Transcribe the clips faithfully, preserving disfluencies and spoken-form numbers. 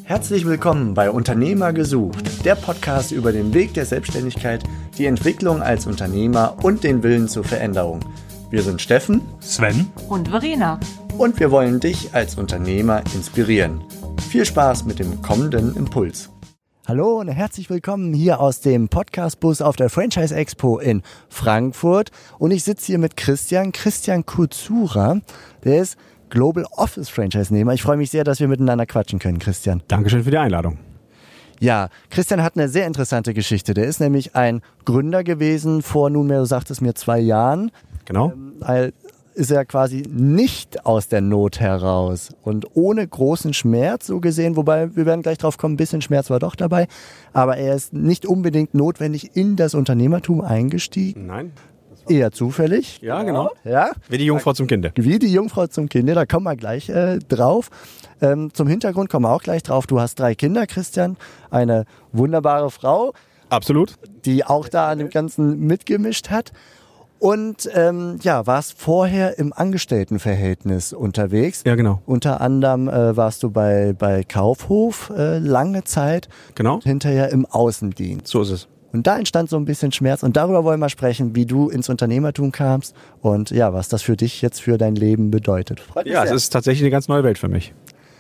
Herzlich willkommen bei Unternehmer gesucht, der Podcast über den Weg der Selbstständigkeit, die Entwicklung als Unternehmer und den Willen zur Veränderung. Wir sind Steffen, Sven und Verena und wir wollen dich als Unternehmer inspirieren. Viel Spaß mit dem kommenden Impuls. Hallo und herzlich willkommen hier aus dem Podcast-Bus auf der Franchise Expo in Frankfurt. Und ich sitze hier mit Christian, Christian Kuzura, der ist Global Office Franchise-Nehmer. Ich freue mich sehr, dass wir miteinander quatschen können, Christian. Dankeschön für die Einladung. Ja, Christian hat eine sehr interessante Geschichte. Der ist nämlich ein Gründer gewesen vor nunmehr, du sagtest mir, zwei Jahren. Genau. Ähm, ist er quasi nicht aus der Not heraus und ohne großen Schmerz so gesehen, wobei wir werden gleich drauf kommen, ein bisschen Schmerz war doch dabei, aber er ist nicht unbedingt notwendig in das Unternehmertum eingestiegen. Nein. Eher zufällig. Ja, genau. Ja? Wie die Jungfrau zum Kinde. Wie die Jungfrau zum Kinde, da kommen wir gleich äh, drauf. Ähm, zum Hintergrund kommen wir auch gleich drauf. Du hast drei Kinder, Christian, eine wunderbare Frau. Absolut. Die auch da an dem Ganzen mitgemischt hat. Und ähm, ja, warst vorher im Angestelltenverhältnis unterwegs. Ja, genau. Unter anderem äh, warst du bei, bei Kaufhof äh, lange Zeit. Genau. Und hinterher im Außendienst. So ist es. Und da entstand so ein bisschen Schmerz und darüber wollen wir sprechen, wie du ins Unternehmertum kamst und ja, was das für dich jetzt für dein Leben bedeutet. Freut mich Ja, sehr. es ist tatsächlich eine ganz neue Welt für mich.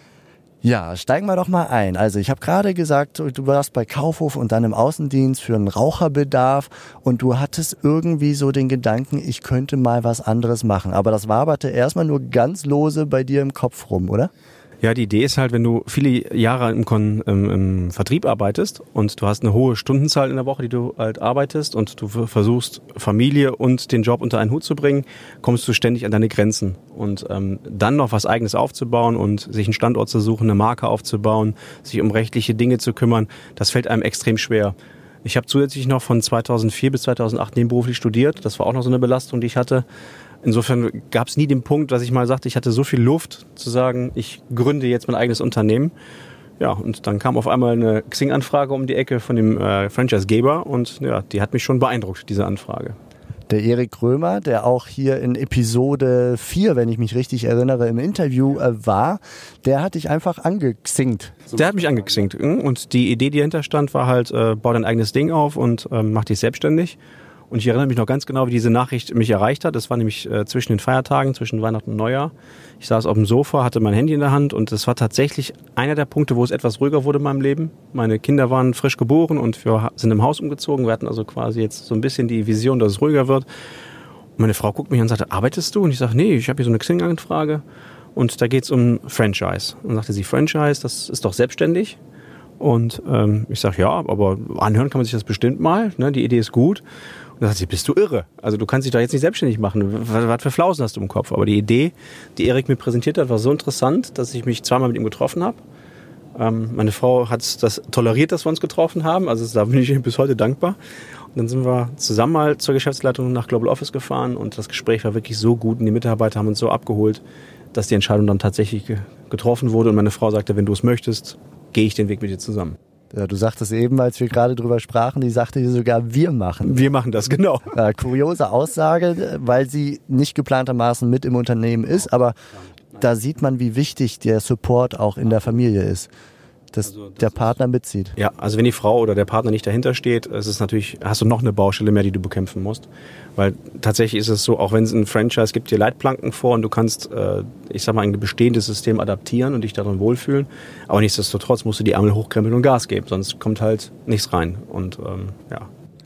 Ja, steigen wir doch mal ein. Also ich habe gerade gesagt, du warst bei Kaufhof und dann im Außendienst für einen Raucherbedarf und du hattest irgendwie so den Gedanken, ich könnte mal was anderes machen. Aber das waberte erstmal nur ganz lose bei dir im Kopf rum, oder? Ja, die Idee ist halt, wenn du viele Jahre im, Kon- im, im Vertrieb arbeitest und du hast eine hohe Stundenzahl in der Woche, die du halt arbeitest und du versuchst, Familie und den Job unter einen Hut zu bringen, kommst du ständig an deine Grenzen. Und ähm, dann noch was Eigenes aufzubauen und sich einen Standort zu suchen, eine Marke aufzubauen, sich um rechtliche Dinge zu kümmern, das fällt einem extrem schwer. Ich habe zusätzlich noch von zweitausendvier bis zweitausendacht nebenberuflich studiert. Das war auch noch so eine Belastung, die ich hatte. Insofern gab es nie den Punkt, dass ich mal sagte, ich hatte so viel Luft zu sagen, ich gründe jetzt mein eigenes Unternehmen. Ja, und dann kam auf einmal eine Xing-Anfrage um die Ecke von dem äh, Franchise-Geber und ja, die hat mich schon beeindruckt, diese Anfrage. Der Erik Römer, der auch hier in Episode vier, wenn ich mich richtig erinnere, im Interview äh, war, der hat dich einfach angexinkt. Der hat mich angexinkt und die Idee, die dahinter stand, war halt, äh, bau dein eigenes Ding auf und äh, mach dich selbstständig. Und ich erinnere mich noch ganz genau, wie diese Nachricht mich erreicht hat. Das war nämlich äh, zwischen den Feiertagen, zwischen Weihnachten und Neujahr. Ich saß auf dem Sofa, hatte mein Handy in der Hand und das war tatsächlich einer der Punkte, wo es etwas ruhiger wurde in meinem Leben. Meine Kinder waren frisch geboren und wir sind im Haus umgezogen. Wir hatten also quasi jetzt so ein bisschen die Vision, dass es ruhiger wird. Und meine Frau guckt mich an und sagte, arbeitest du? Und ich sage, nee, ich habe hier so eine Xing-Anfrage und da geht es um Franchise. Und dann sagte sie, Franchise, das ist doch selbstständig. Und ähm, ich sage, ja, aber anhören kann man sich das bestimmt mal. Ne? Die Idee ist gut. Und dann sagt sie, bist du irre? Also du kannst dich doch jetzt nicht selbstständig machen. Was, was für Flausen hast du im Kopf? Aber die Idee, die Erik mir präsentiert hat, war so interessant, dass ich mich zweimal mit ihm getroffen habe. Ähm, meine Frau hat das toleriert, dass wir uns getroffen haben. Also da bin ich bis heute dankbar. Und dann sind wir zusammen mal zur Geschäftsleitung nach Global Office gefahren und das Gespräch war wirklich so gut und die Mitarbeiter haben uns so abgeholt, dass die Entscheidung dann tatsächlich getroffen wurde. Und meine Frau sagte, wenn du es möchtest, gehe ich den Weg mit dir zusammen. Ja, du sagtest eben, als wir gerade drüber sprachen, die sagte dir sogar, wir machen. Wir machen das, genau. Ja, kuriose Aussage, weil sie nicht geplantermaßen mit im Unternehmen ist, aber da sieht man, wie wichtig der Support auch in der Familie ist, dass also, das der Partner mitzieht. Ja, also wenn die Frau oder der Partner nicht dahinter steht, ist es natürlich, hast du noch eine Baustelle mehr, die du bekämpfen musst. Weil tatsächlich ist es so, auch wenn es ein Franchise gibt, dir Leitplanken vor und du kannst, äh, ich sag mal, ein bestehendes System adaptieren und dich darin wohlfühlen. Aber nichtsdestotrotz musst du die Ärmel hochkrempeln und Gas geben, sonst kommt halt nichts rein. Und ähm, ja.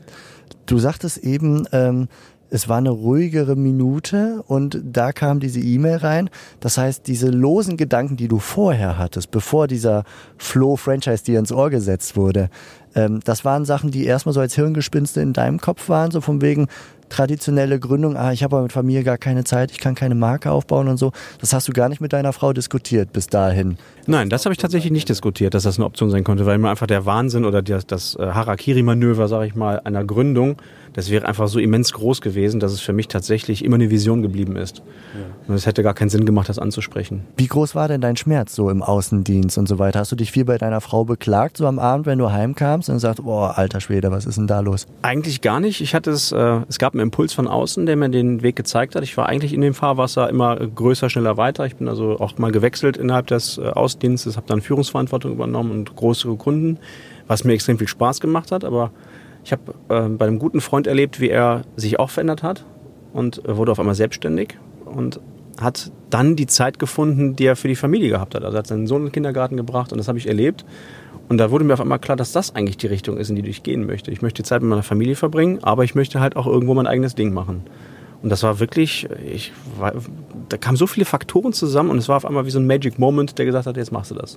Du sagtest eben, ähm, es war eine ruhigere Minute und da kam diese E-Mail rein. Das heißt, diese losen Gedanken, die du vorher hattest, bevor dieser Flow-Franchise dir ins Ohr gesetzt wurde, ähm, das waren Sachen, die erstmal so als Hirngespinste in deinem Kopf waren, so von wegen traditionelle Gründung, ah, ich habe aber mit Familie gar keine Zeit, ich kann keine Marke aufbauen und so. Das hast du gar nicht mit deiner Frau diskutiert bis dahin. Nein, das habe ich tatsächlich nicht diskutiert, dass das eine Option sein konnte, weil mir einfach der Wahnsinn oder das, das Harakiri-Manöver, sage ich mal, einer Gründung, das wäre einfach so immens groß gewesen, dass es für mich tatsächlich immer eine Vision geblieben ist. Ja. Und es hätte gar keinen Sinn gemacht, das anzusprechen. Wie groß war denn dein Schmerz so im Außendienst und so weiter? Hast du dich viel bei deiner Frau beklagt, so am Abend, wenn du heimkamst und sagst, boah, alter Schwede, was ist denn da los? Eigentlich gar nicht. Ich hatte es, äh, es gab einen Impuls von außen, der mir den Weg gezeigt hat. Ich war eigentlich in dem Fahrwasser immer größer, schneller, weiter. Ich bin also auch mal gewechselt innerhalb des äh, Aus- Dienstes, habe dann Führungsverantwortung übernommen und größere Kunden, was mir extrem viel Spaß gemacht hat. Aber ich habe äh, bei einem guten Freund erlebt, wie er sich auch verändert hat und wurde auf einmal selbstständig und hat dann die Zeit gefunden, die er für die Familie gehabt hat. Also er hat seinen Sohn in den Kindergarten gebracht und das habe ich erlebt. Und da wurde mir auf einmal klar, dass das eigentlich die Richtung ist, in die ich gehen möchte. Ich möchte Zeit mit meiner Familie verbringen, aber ich möchte halt auch irgendwo mein eigenes Ding machen. Und das war wirklich, ich war, da kamen so viele Faktoren zusammen und es war auf einmal wie so ein Magic Moment, der gesagt hat, jetzt machst du das.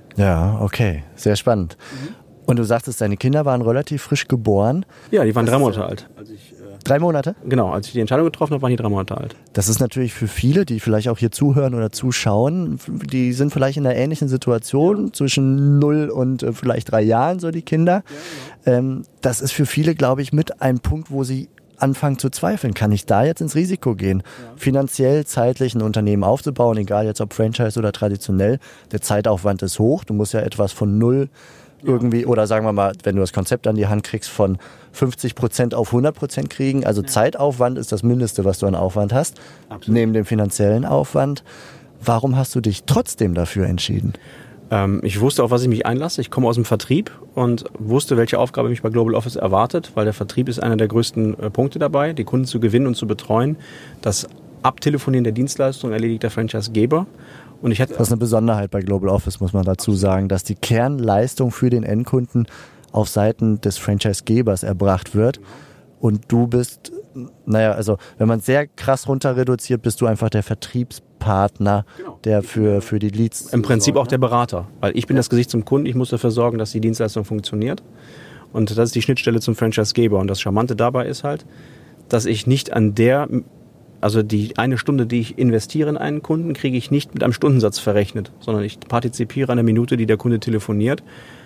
Ja, okay, sehr spannend. Mhm. Und du sagtest, deine Kinder waren relativ frisch geboren. Ja, die waren das drei Monate alt. Als ich, äh drei Monate? Genau, als ich die Entscheidung getroffen habe, waren die drei Monate alt. Das ist natürlich für viele, die vielleicht auch hier zuhören oder zuschauen, die sind vielleicht in einer ähnlichen Situation, zwischen null und äh, vielleicht drei Jahren, so die Kinder. Ja, ja. Ähm, das ist für viele, glaube ich, mit ein Punkt, wo sie anfangen zu zweifeln. Kann ich da jetzt ins Risiko gehen? Ja. Finanziell, zeitlich ein Unternehmen aufzubauen, egal jetzt ob Franchise oder traditionell, der Zeitaufwand ist hoch. Du musst ja etwas von null irgendwie, ja. oder sagen wir mal, wenn du das Konzept an die Hand kriegst, von fünfzig Prozent auf hundert Prozent kriegen. Also ja. Zeitaufwand ist das Mindeste, was du an Aufwand hast, Absolut. Neben dem finanziellen Aufwand. Warum hast du dich trotzdem dafür entschieden? Ähm, ich wusste, auf was ich mich einlasse. Ich komme aus dem Vertrieb und wusste, welche Aufgabe mich bei Global Office erwartet, weil der Vertrieb ist einer der größten äh, Punkte dabei, die Kunden zu gewinnen und zu betreuen. Das Abtelefonieren der Dienstleistung erledigt der Franchisegeber. Und ich hatte das ist eine Besonderheit bei Global Office, muss man dazu sagen, dass die Kernleistung für den Endkunden auf Seiten des Franchisegebers erbracht wird. Und du bist, naja, also wenn man sehr krass runter reduziert, bist du einfach der Vertriebspartner, genau. der für, für die Leads... Im Prinzip auch der Berater, weil ich bin ja. das Gesicht zum Kunden, ich muss dafür sorgen, dass die Dienstleistung funktioniert. Und das ist die Schnittstelle zum Franchisegeber. Und das Charmante dabei ist halt, dass ich nicht an der... Also die eine Stunde, die ich investiere in einen Kunden, kriege ich nicht mit einem Stundensatz verrechnet, sondern ich partizipiere an der Minute, die der Kunde telefoniert.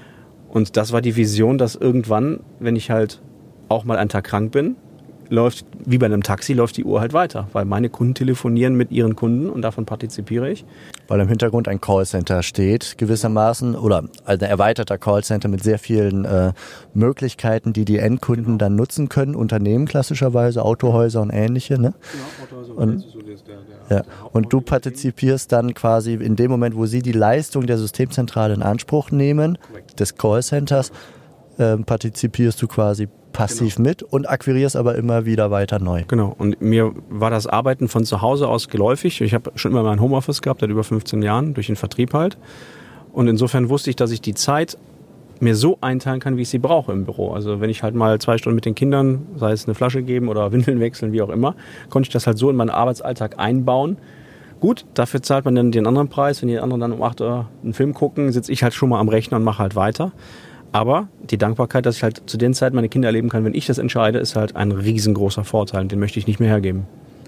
Und das war die Vision, dass irgendwann, wenn ich halt auch mal einen Tag krank bin, läuft, wie bei einem Taxi, läuft die Uhr halt weiter, weil meine Kunden telefonieren mit ihren Kunden und davon partizipiere ich. Weil im Hintergrund ein Callcenter steht, gewissermaßen, oder ein erweiterter Callcenter mit sehr vielen äh, Möglichkeiten, die die Endkunden dann nutzen können, Unternehmen klassischerweise, Autohäuser und ähnliche. Ne? Genau, Autohäuser und, und, so der, der, ja. und du partizipierst dann quasi in dem Moment, wo sie die Leistung der Systemzentrale in Anspruch nehmen, Correct. des Callcenters, äh, partizipierst du quasi passiv genau. mit und akquirierst aber immer wieder weiter neu. Genau. Und mir war das Arbeiten von zu Hause aus geläufig. Ich habe schon immer mein Homeoffice gehabt, seit über fünfzehn Jahren, durch den Vertrieb halt. Und insofern wusste ich, dass ich die Zeit mir so einteilen kann, wie ich sie brauche im Büro. Also wenn ich halt mal zwei Stunden mit den Kindern, sei es eine Flasche geben oder Windeln wechseln, wie auch immer, konnte ich das halt so in meinen Arbeitsalltag einbauen. Gut, dafür zahlt man dann den anderen Preis. Wenn die anderen dann um acht Uhr einen Film gucken, sitze ich halt schon mal am Rechner und mache halt weiter. Aber die Dankbarkeit, dass ich halt zu den Zeiten meine Kinder erleben kann, wenn ich das entscheide, ist halt ein riesengroßer Vorteil. Den möchte ich nicht mehr hergeben.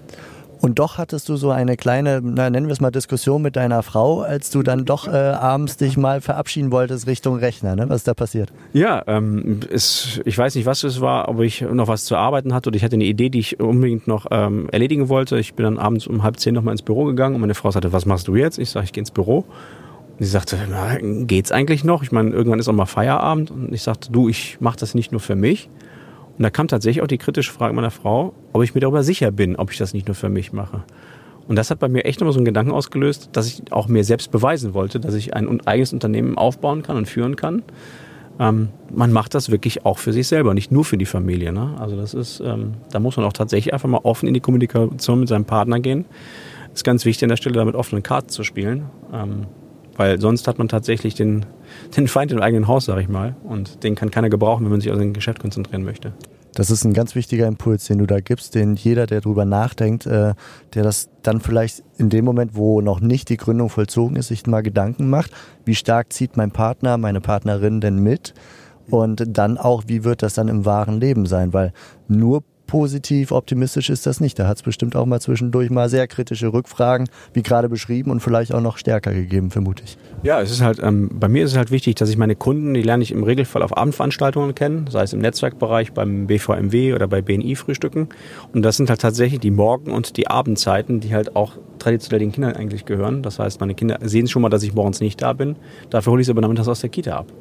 Und doch hattest du so eine kleine, na, nennen wir es mal Diskussion mit deiner Frau, als du dann doch äh, abends dich mal verabschieden wolltest Richtung Rechner. Ne? Was ist da passiert? Ja, ähm, es, ich weiß nicht, was es war, ob ich noch was zu arbeiten hatte oder ich hatte eine Idee, die ich unbedingt noch ähm, erledigen wollte. Ich bin dann abends um halb zehn nochmal ins Büro gegangen und meine Frau sagte, was machst du jetzt? Ich sage, ich gehe ins Büro. Und sie sagte, na, geht's eigentlich noch? Ich meine, irgendwann ist auch mal Feierabend. Und ich sagte, du, ich mache das nicht nur für mich. Und da kam tatsächlich auch die kritische Frage meiner Frau, ob ich mir darüber sicher bin, ob ich das nicht nur für mich mache. Und das hat bei mir echt nochmal so einen Gedanken ausgelöst, dass ich auch mir selbst beweisen wollte, dass ich ein eigenes Unternehmen aufbauen kann und führen kann. Ähm, man macht das wirklich auch für sich selber, nicht nur für die Familie. Ne? Also das ist, ähm, da muss man auch tatsächlich einfach mal offen in die Kommunikation mit seinem Partner gehen. Ist ganz wichtig an der Stelle, da mit offenen Karten zu spielen. Ähm, Weil sonst hat man tatsächlich den, den Feind im eigenen Haus, sag ich mal. Und den kann keiner gebrauchen, wenn man sich auf sein Geschäft konzentrieren möchte. Das ist ein ganz wichtiger Impuls, den du da gibst, den jeder, der drüber nachdenkt, äh, der das dann vielleicht in dem Moment, wo noch nicht die Gründung vollzogen ist, sich mal Gedanken macht, wie stark zieht mein Partner, meine Partnerin denn mit? Und dann auch, wie wird das dann im wahren Leben sein? Weil nur positiv, optimistisch ist das nicht. Da hat es bestimmt auch mal zwischendurch mal sehr kritische Rückfragen, wie gerade beschrieben, und vielleicht auch noch stärker gegeben, vermute ich. Ja, es ist halt, ähm, bei mir ist es halt wichtig, dass ich meine Kunden, die lerne ich im Regelfall auf Abendveranstaltungen kennen, sei es im Netzwerkbereich, beim B V M W oder bei B N I-Frühstücken. Und das sind halt tatsächlich die Morgen- und die Abendzeiten, die halt auch traditionell den Kindern eigentlich gehören. Das heißt, meine Kinder sehen schon mal, dass ich morgens nicht da bin. Dafür hole ich sie aber nachmittags aus der Kita ab.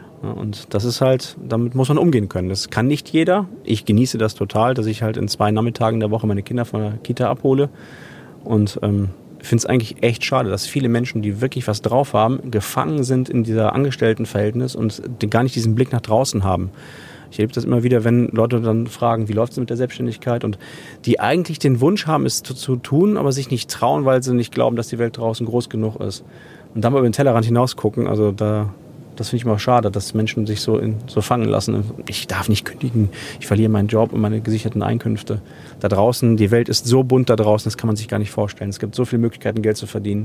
Und das ist halt, damit muss man umgehen können. Das kann nicht jeder. Ich genieße das total, dass ich halt in zwei Nachmittagen der Woche meine Kinder von der Kita abhole. Und ähm, finde es eigentlich echt schade, dass viele Menschen, die wirklich was drauf haben, gefangen sind in dieser Angestelltenverhältnis und gar nicht diesen Blick nach draußen haben. Ich erlebe das immer wieder, wenn Leute dann fragen, wie läuft es mit der Selbstständigkeit, und die eigentlich den Wunsch haben, es zu, zu tun, aber sich nicht trauen, weil sie nicht glauben, dass die Welt draußen groß genug ist. Und dann mal über den Tellerrand hinaus gucken, also da, das finde ich immer schade, dass Menschen sich so, in, so fangen lassen. Ich darf nicht kündigen, ich verliere meinen Job und meine gesicherten Einkünfte. Da draußen, die Welt ist so bunt da draußen, das kann man sich gar nicht vorstellen. Es gibt so viele Möglichkeiten, Geld zu verdienen.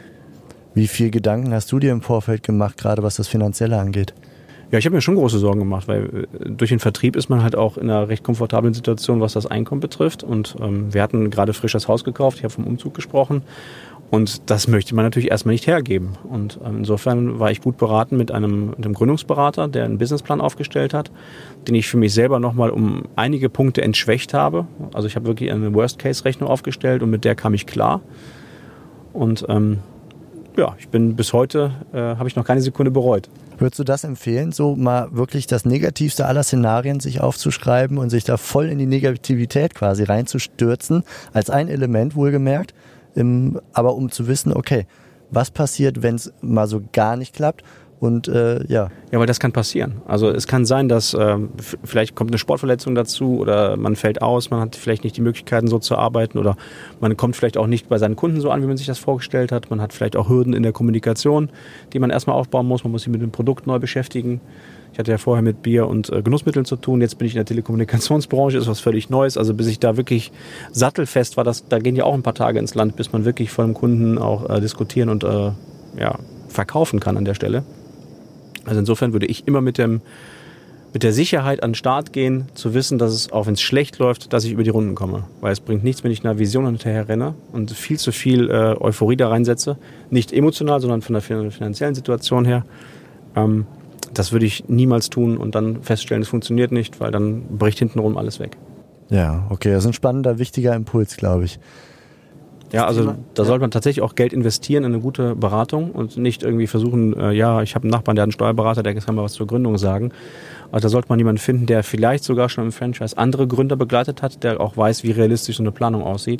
Wie viel Gedanken hast du dir im Vorfeld gemacht, gerade was das Finanzielle angeht? Ja, ich habe mir schon große Sorgen gemacht, weil durch den Vertrieb ist man halt auch in einer recht komfortablen Situation, was das Einkommen betrifft. Und ähm, wir hatten gerade frisch das Haus gekauft, ich habe vom Umzug gesprochen. Und das möchte man natürlich erstmal nicht hergeben. Und ähm, insofern war ich gut beraten mit einem, mit einem Gründungsberater, der einen Businessplan aufgestellt hat, den ich für mich selber nochmal um einige Punkte entschwächt habe. Also ich habe wirklich eine Worst-Case-Rechnung aufgestellt und mit der kam ich klar. Und ähm, ja, ich bin bis heute, äh, habe ich noch keine Sekunde bereut. Würdest du das empfehlen, so mal wirklich das Negativste aller Szenarien sich aufzuschreiben und sich da voll in die Negativität quasi reinzustürzen, als ein Element wohlgemerkt, im, aber um zu wissen, okay, was passiert, wenn es mal so gar nicht klappt? Und äh, ja. Ja, weil das kann passieren. Also es kann sein, dass äh, f- vielleicht kommt eine Sportverletzung dazu oder man fällt aus, man hat vielleicht nicht die Möglichkeiten so zu arbeiten oder man kommt vielleicht auch nicht bei seinen Kunden so an, wie man sich das vorgestellt hat. Man hat vielleicht auch Hürden in der Kommunikation, die man erstmal aufbauen muss. Man muss sich mit dem Produkt neu beschäftigen. Ich hatte ja vorher mit Bier und äh, Genussmitteln zu tun. Jetzt bin ich in der Telekommunikationsbranche, ist was völlig Neues. Also bis ich da wirklich sattelfest war, das, da gehen ja auch ein paar Tage ins Land, bis man wirklich vor dem Kunden auch äh, diskutieren und äh, ja, verkaufen kann an der Stelle. Also insofern würde ich immer mit dem mit der Sicherheit an den Start gehen, zu wissen, dass es, auch wenn es schlecht läuft, dass ich über die Runden komme. Weil es bringt nichts, wenn ich einer Vision hinterher renne und viel zu viel äh, Euphorie da reinsetze. Nicht emotional, sondern von der finanziellen Situation her. Ähm, das würde ich niemals tun und dann feststellen, es funktioniert nicht, weil dann bricht hintenrum alles weg. Ja, okay, das ist ein spannender, wichtiger Impuls, glaube ich. Ja, also da sollte man tatsächlich auch Geld investieren in eine gute Beratung und nicht irgendwie versuchen, äh, ja, ich habe einen Nachbarn, der hat einen Steuerberater, der kann mal was zur Gründung sagen. Also da sollte man jemanden finden, der vielleicht sogar schon im Franchise andere Gründer begleitet hat, der auch weiß, wie realistisch so eine Planung aussieht.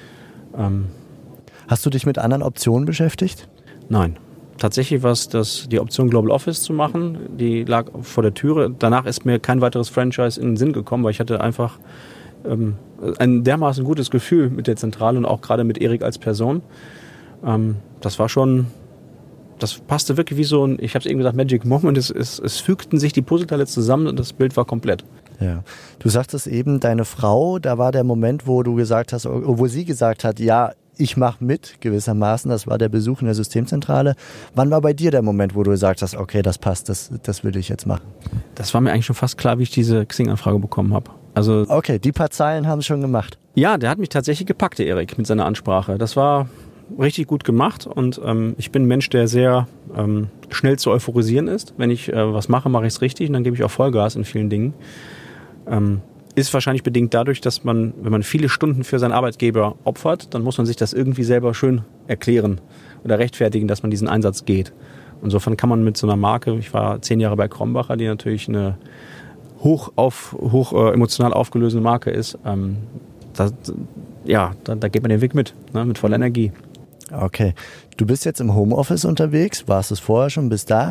Ähm, Hast du dich mit anderen Optionen beschäftigt? Nein. Tatsächlich war es das, die Option Global Office zu machen, die lag vor der Türe. Danach ist mir kein weiteres Franchise in den Sinn gekommen, weil ich hatte einfach ähm, ein dermaßen gutes Gefühl mit der Zentrale und auch gerade mit Erik als Person. Ähm, das war schon, das passte wirklich wie so ein, ich habe es eben gesagt, Magic Moment. Es, es, es fügten sich die Puzzleteile zusammen und das Bild war komplett. Ja, du sagtest eben, deine Frau, da war der Moment, wo du gesagt hast, wo sie gesagt hat, ja, ich mache mit gewissermaßen, das war der Besuch in der Systemzentrale. Wann war bei dir der Moment, wo du gesagt hast, okay, das passt, das, das will ich jetzt machen? Das war mir eigentlich schon fast klar, wie ich diese Xing-Anfrage bekommen habe. Also, okay, die paar Zeilen haben es schon gemacht. Ja, der hat mich tatsächlich gepackt, der Erik, mit seiner Ansprache. Das war richtig gut gemacht und ähm, ich bin ein Mensch, der sehr ähm, schnell zu euphorisieren ist. Wenn ich äh, was mache, mache ich es richtig und dann gebe ich auch Vollgas in vielen Dingen. Ähm, Ist wahrscheinlich bedingt dadurch, dass man, wenn man viele Stunden für seinen Arbeitgeber opfert, dann muss man sich das irgendwie selber schön erklären oder rechtfertigen, dass man diesen Einsatz geht. Insofern kann man mit so einer Marke, ich war zehn Jahre bei Krombacher, die natürlich eine hoch, auf, hoch äh, emotional aufgelöste Marke ist, ähm, das, ja, da, da geht man den Weg mit, ne, mit voller Energie. Okay, du bist jetzt im Homeoffice unterwegs, warst es vorher schon, bist da.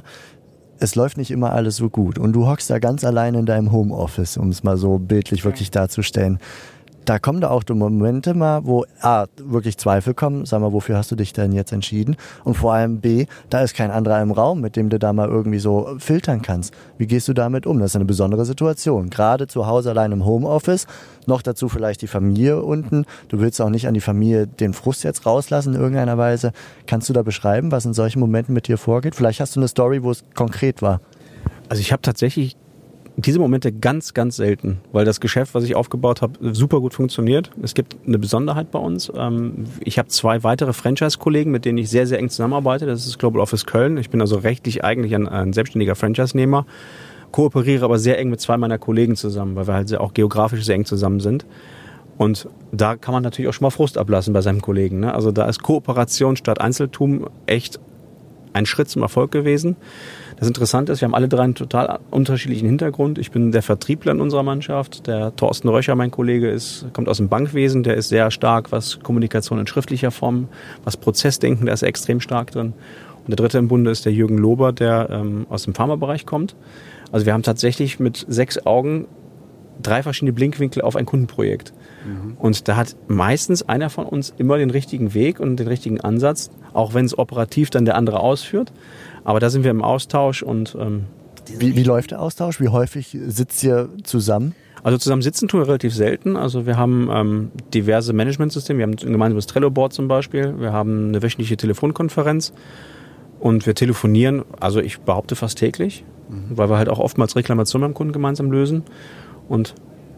Es läuft nicht immer alles so gut und du hockst da ganz allein in deinem Homeoffice, um es mal so bildlich wirklich darzustellen. Da kommen da auch die Momente mal, wo A, wirklich Zweifel kommen, sag mal, wofür hast du dich denn jetzt entschieden? Und vor allem B, da ist kein anderer im Raum, mit dem du da mal irgendwie so filtern kannst. Wie gehst du damit um? Das ist eine besondere Situation. Gerade zu Hause allein im Homeoffice, noch dazu vielleicht die Familie unten. Du willst auch nicht an die Familie den Frust jetzt rauslassen in irgendeiner Weise. Kannst du da beschreiben, was in solchen Momenten mit dir vorgeht? Vielleicht hast du eine Story, wo es konkret war. Also ich habe tatsächlich diese Momente ganz, ganz selten, weil das Geschäft, was ich aufgebaut habe, super gut funktioniert. Es gibt eine Besonderheit bei uns. Ich habe zwei weitere Franchise-Kollegen, mit denen ich sehr, sehr eng zusammenarbeite. Das ist Global Office Köln. Ich bin also rechtlich eigentlich ein, ein selbstständiger Franchise-Nehmer, kooperiere aber sehr eng mit zwei meiner Kollegen zusammen, weil wir halt sehr, auch geografisch sehr eng zusammen sind. Und da kann man natürlich auch schon mal Frust ablassen bei seinem Kollegen, ne? Also da ist Kooperation statt Einzeltum echt ein Schritt zum Erfolg gewesen. Das Interessante ist, wir haben alle drei einen total unterschiedlichen Hintergrund. Ich bin der Vertriebler in unserer Mannschaft. Der Thorsten Röcher, mein Kollege, ist, kommt aus dem Bankwesen. Der ist sehr stark, was Kommunikation in schriftlicher Form, was Prozessdenken, da ist er extrem stark drin. Und der dritte im Bunde ist der Jürgen Lober, der ähm, aus dem Pharmabereich kommt. Also wir haben tatsächlich mit sechs Augen drei verschiedene Blinkwinkel auf ein Kundenprojekt. Mhm. Und da hat meistens einer von uns immer den richtigen Weg und den richtigen Ansatz, auch wenn es operativ dann der andere ausführt. Aber da sind wir im Austausch. Und ähm, wie, wie läuft der Austausch? Wie häufig sitzt ihr zusammen? Also zusammen sitzen tun wir relativ selten. Also wir haben ähm, diverse Managementsysteme. Wir haben ein gemeinsames Trello-Board zum Beispiel. Wir haben eine wöchentliche Telefonkonferenz. Und wir telefonieren, also ich behaupte fast täglich, mhm. weil wir halt auch oftmals Reklamationen beim Kunden gemeinsam lösen. Und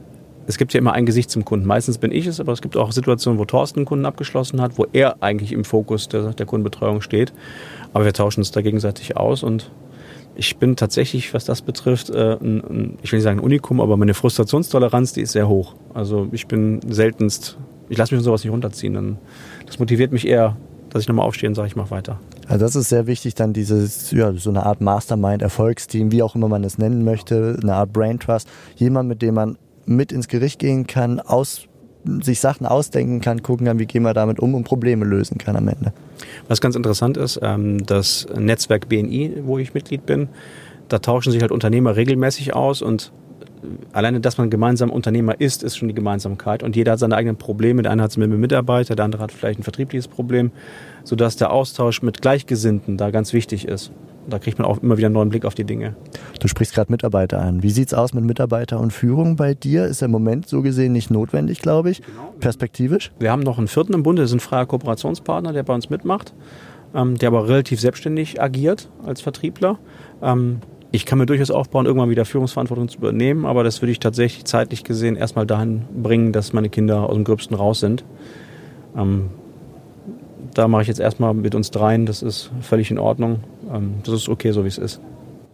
es gibt ja immer ein Gesicht zum Kunden. Meistens bin ich es, aber es gibt auch Situationen, wo Thorsten einen Kunden abgeschlossen hat, wo er eigentlich im Fokus der, der Kundenbetreuung steht. Aber wir tauschen uns da gegenseitig aus und ich bin tatsächlich, was das betrifft, äh, ein, ein, ich will nicht sagen ein Unikum, aber meine Frustrationstoleranz, die ist sehr hoch. Also ich bin seltenst, ich lasse mich von sowas nicht runterziehen. Dann, das motiviert mich eher, dass ich nochmal aufstehe und sage, ich mache weiter. Also das ist sehr wichtig, dann dieses, ja, so eine Art Mastermind-Erfolgsteam, wie auch immer man es nennen möchte, eine Art Brain Trust, jemand, mit dem man mit ins Gericht gehen kann, aus, sich Sachen ausdenken kann, gucken kann, wie gehen wir damit um und Probleme lösen kann am Ende. Was ganz interessant ist, das Netzwerk B N I, wo ich Mitglied bin, da tauschen sich halt Unternehmer regelmäßig aus und alleine, dass man gemeinsam Unternehmer ist, ist schon die Gemeinsamkeit und jeder hat seine eigenen Probleme. Der eine hat es mit einem Mitarbeiter, der andere hat vielleicht ein vertriebliches Problem, sodass der Austausch mit Gleichgesinnten da ganz wichtig ist. Da kriegt man auch immer wieder einen neuen Blick auf die Dinge. Du sprichst gerade Mitarbeiter an. Wie sieht es aus mit Mitarbeiter und Führung bei dir? Ist im Moment so gesehen nicht notwendig, glaube ich, genau. Perspektivisch? Wir haben noch einen vierten im Bunde, das ist ein freier Kooperationspartner, der bei uns mitmacht, ähm, der aber relativ selbstständig agiert als Vertriebler. Ähm, ich kann mir durchaus aufbauen, irgendwann wieder Führungsverantwortung zu übernehmen, aber das würde ich tatsächlich zeitlich gesehen erstmal dahin bringen, dass meine Kinder aus dem Gröbsten raus sind. Ähm, Da mache ich jetzt erstmal mit uns dreien, das ist völlig in Ordnung. Das ist okay, so wie es ist.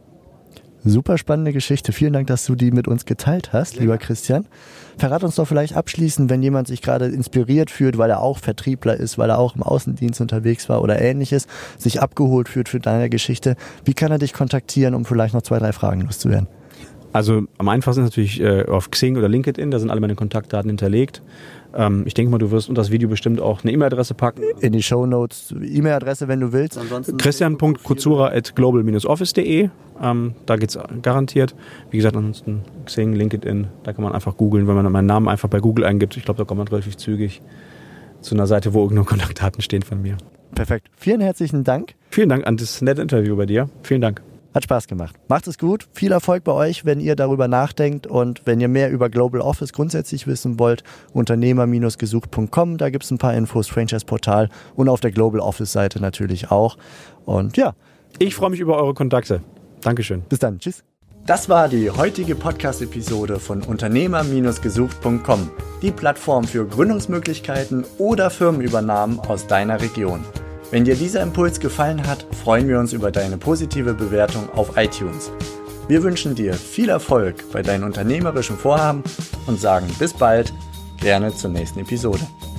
Super spannende Geschichte. Vielen Dank, dass du die mit uns geteilt hast, ja. Lieber Christian. Verrat uns doch vielleicht abschließend, wenn jemand sich gerade inspiriert fühlt, weil er auch Vertriebler ist, weil er auch im Außendienst unterwegs war oder Ähnliches, sich abgeholt fühlt für deine Geschichte. Wie kann er dich kontaktieren, um vielleicht noch zwei, drei Fragen loszuwerden? Also am einfachsten ist natürlich äh, auf Xing oder LinkedIn, da sind alle meine Kontaktdaten hinterlegt. Ähm, ich denke mal, du wirst unter das Video bestimmt auch eine E-Mail-Adresse packen. In die Shownotes, E-Mail-Adresse, wenn du willst. christian punkt kozura at global dash office punkt de, ähm, da geht's garantiert. Wie gesagt, ansonsten Xing, LinkedIn, da kann man einfach googeln, wenn man meinen Namen einfach bei Google eingibt. Ich glaube, da kommt man relativ zügig zu einer Seite, wo irgendeine Kontaktdaten stehen von mir. Perfekt. Vielen herzlichen Dank. Vielen Dank an das nette Interview bei dir. Vielen Dank. Hat Spaß gemacht. Macht es gut. Viel Erfolg bei euch, wenn ihr darüber nachdenkt und wenn ihr mehr über Global Office grundsätzlich wissen wollt, unternehmer Bindestrich gesucht Punkt com, da gibt es ein paar Infos, Franchise-Portal und auf der Global Office-Seite natürlich auch. Und ja. Ich freue mich über eure Kontakte. Dankeschön. Bis dann. Tschüss. Das war die heutige Podcast-Episode von unternehmer Bindestrich gesucht Punkt com, die Plattform für Gründungsmöglichkeiten oder Firmenübernahmen aus deiner Region. Wenn dir dieser Impuls gefallen hat, freuen wir uns über deine positive Bewertung auf iTunes. Wir wünschen dir viel Erfolg bei deinen unternehmerischen Vorhaben und sagen bis bald, gerne zur nächsten Episode.